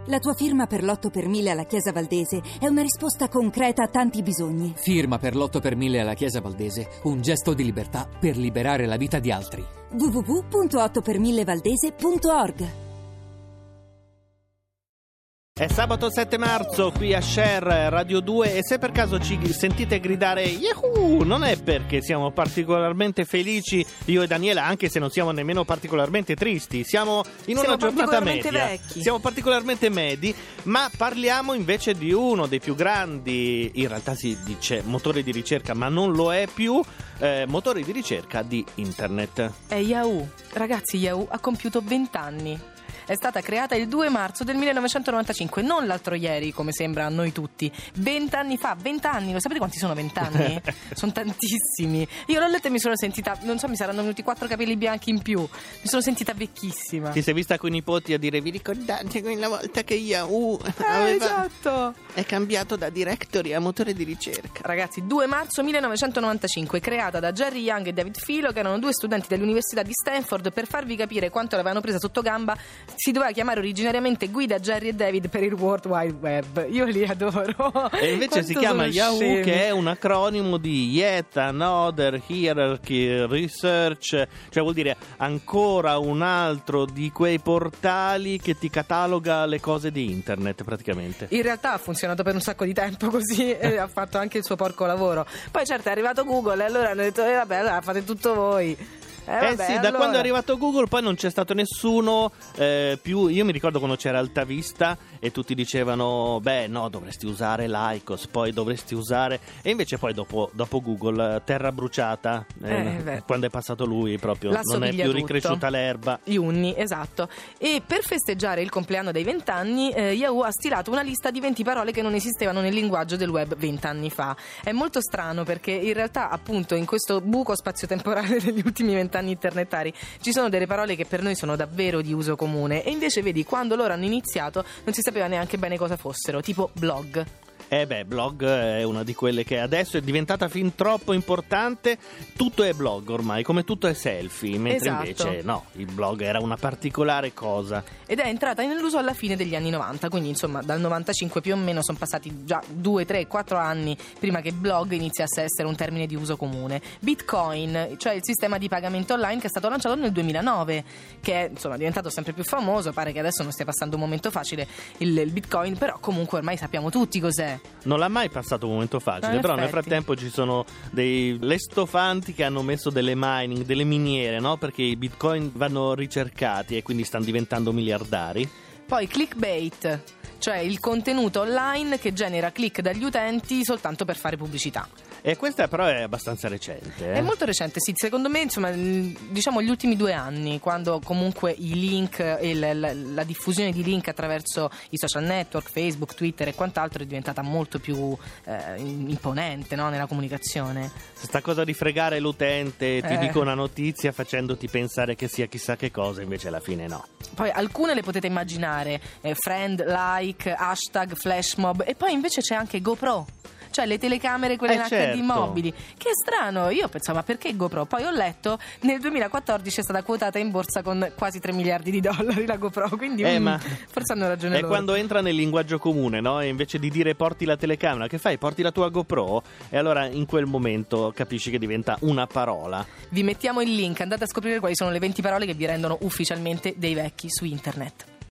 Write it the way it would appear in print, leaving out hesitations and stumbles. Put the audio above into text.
La tua firma per l'8 per 1000 alla Chiesa Valdese è una risposta concreta a tanti bisogni. Firma per l'8 per 1000 alla Chiesa Valdese, un gesto di libertà per liberare la vita di altri. www.8per1000valdese.org. È sabato 7 marzo qui a Share Radio 2 e se per caso ci sentite gridare Yahoo! Non è perché siamo particolarmente felici io e Daniela, anche se non siamo nemmeno particolarmente tristi. Siamo in una giornata media. Vecchi. Siamo particolarmente medi, ma parliamo invece di uno dei più grandi, in realtà si dice motore di ricerca, ma non lo è più, motore di ricerca di internet. È Yahoo. Ragazzi, Yahoo ha compiuto 20 anni. È stata creata il 2 marzo del 1995, non l'altro ieri, come sembra a noi tutti. 20 anni fa, 20 anni, lo sapete quanti sono 20 anni? Sono tantissimi. Io l'ho letta e mi sono sentita, non so, mi saranno venuti 4 capelli bianchi in più. Mi sono sentita vecchissima. Ti sei vista con i nipoti a dire: vi ricordate quella volta che Yahoo Esatto. è cambiato da directory a motore di ricerca? Ragazzi, 2 marzo 1995, creata da Jerry Young e David Filo, che erano due studenti dell'Università di Stanford. Per farvi capire quanto l'avevano presa sotto gamba, si doveva chiamare originariamente Guida Jerry e David per il World Wide Web. Io li adoro. E invece si chiama Yahoo, scemi. che è un acronimo di Yet Another Hierarchy Research, cioè vuol dire ancora un altro di quei portali che ti cataloga le cose di internet praticamente. In realtà ha funzionato per un sacco di tempo così e ha fatto anche il suo porco lavoro. Poi certo è arrivato Google e allora hanno detto vabbè, allora fate tutto voi. Vabbè, Sì, da quando è arrivato Google poi non c'è stato nessuno più. Io mi ricordo quando c'era Altavista e tutti dicevano beh no, dovresti usare Lycos, poi dovresti usare, e invece poi dopo Google terra bruciata, quando è passato lui proprio non è più ricresciuta l'erba. Gli unni, esatto. E per festeggiare il compleanno dei 20 anni Yahoo ha stilato una lista di 20 parole che non esistevano nel linguaggio del web 20 anni fa. È molto strano perché in realtà appunto in questo buco spazio-temporale degli ultimi 20 anni internetari ci sono delle parole che per noi sono davvero di uso comune e invece vedi quando loro hanno iniziato non si sapeva neanche bene cosa fossero, tipo blog. Blog è una di quelle che adesso è diventata fin troppo importante. Tutto è blog ormai, come tutto è selfie, mentre invece no, il blog era una particolare cosa. Ed è entrata nell'uso alla fine degli anni 90, quindi insomma dal 95 più o meno sono passati già 2, 3, 4 anni prima che blog iniziasse a essere un termine di uso comune. Bitcoin, cioè il sistema di pagamento online che è stato lanciato nel 2009, che è insomma diventato sempre più famoso. Pare che adesso non stia passando un momento facile il Bitcoin, però comunque ormai sappiamo tutti cos'è. Non l'ha mai passato un momento facile, però nel frattempo ci sono dei lestofanti che hanno messo delle mining, delle miniere, no? Perché i bitcoin vanno ricercati e quindi stanno diventando miliardari. Poi clickbait, cioè il contenuto online che genera click dagli utenti soltanto per fare pubblicità. E questa però è abbastanza recente. È molto recente, sì, secondo me insomma diciamo gli ultimi 2 anni, quando comunque i link e la diffusione di link attraverso i social network, Facebook, Twitter e quant'altro è diventata molto più imponente, no, nella comunicazione. Questa cosa di fregare l'utente, ti dico una notizia facendoti pensare che sia chissà che cosa, invece alla fine no. Poi alcune le potete immaginare, friend, like, hashtag, flashmob, e poi invece c'è anche GoPro. Cioè le telecamere, quelle in HD mobili. Che è strano, io pensavo ma perché GoPro? Poi ho letto nel 2014 è stata quotata in borsa con quasi 3 miliardi di dollari la GoPro, quindi ma forse hanno ragione loro. È quando entra nel linguaggio comune, no? E invece di dire porti la telecamera, che fai? Porti la tua GoPro? E allora in quel momento capisci che diventa una parola. Vi mettiamo il link, andate a scoprire quali sono le 20 parole che vi rendono ufficialmente dei vecchi su internet.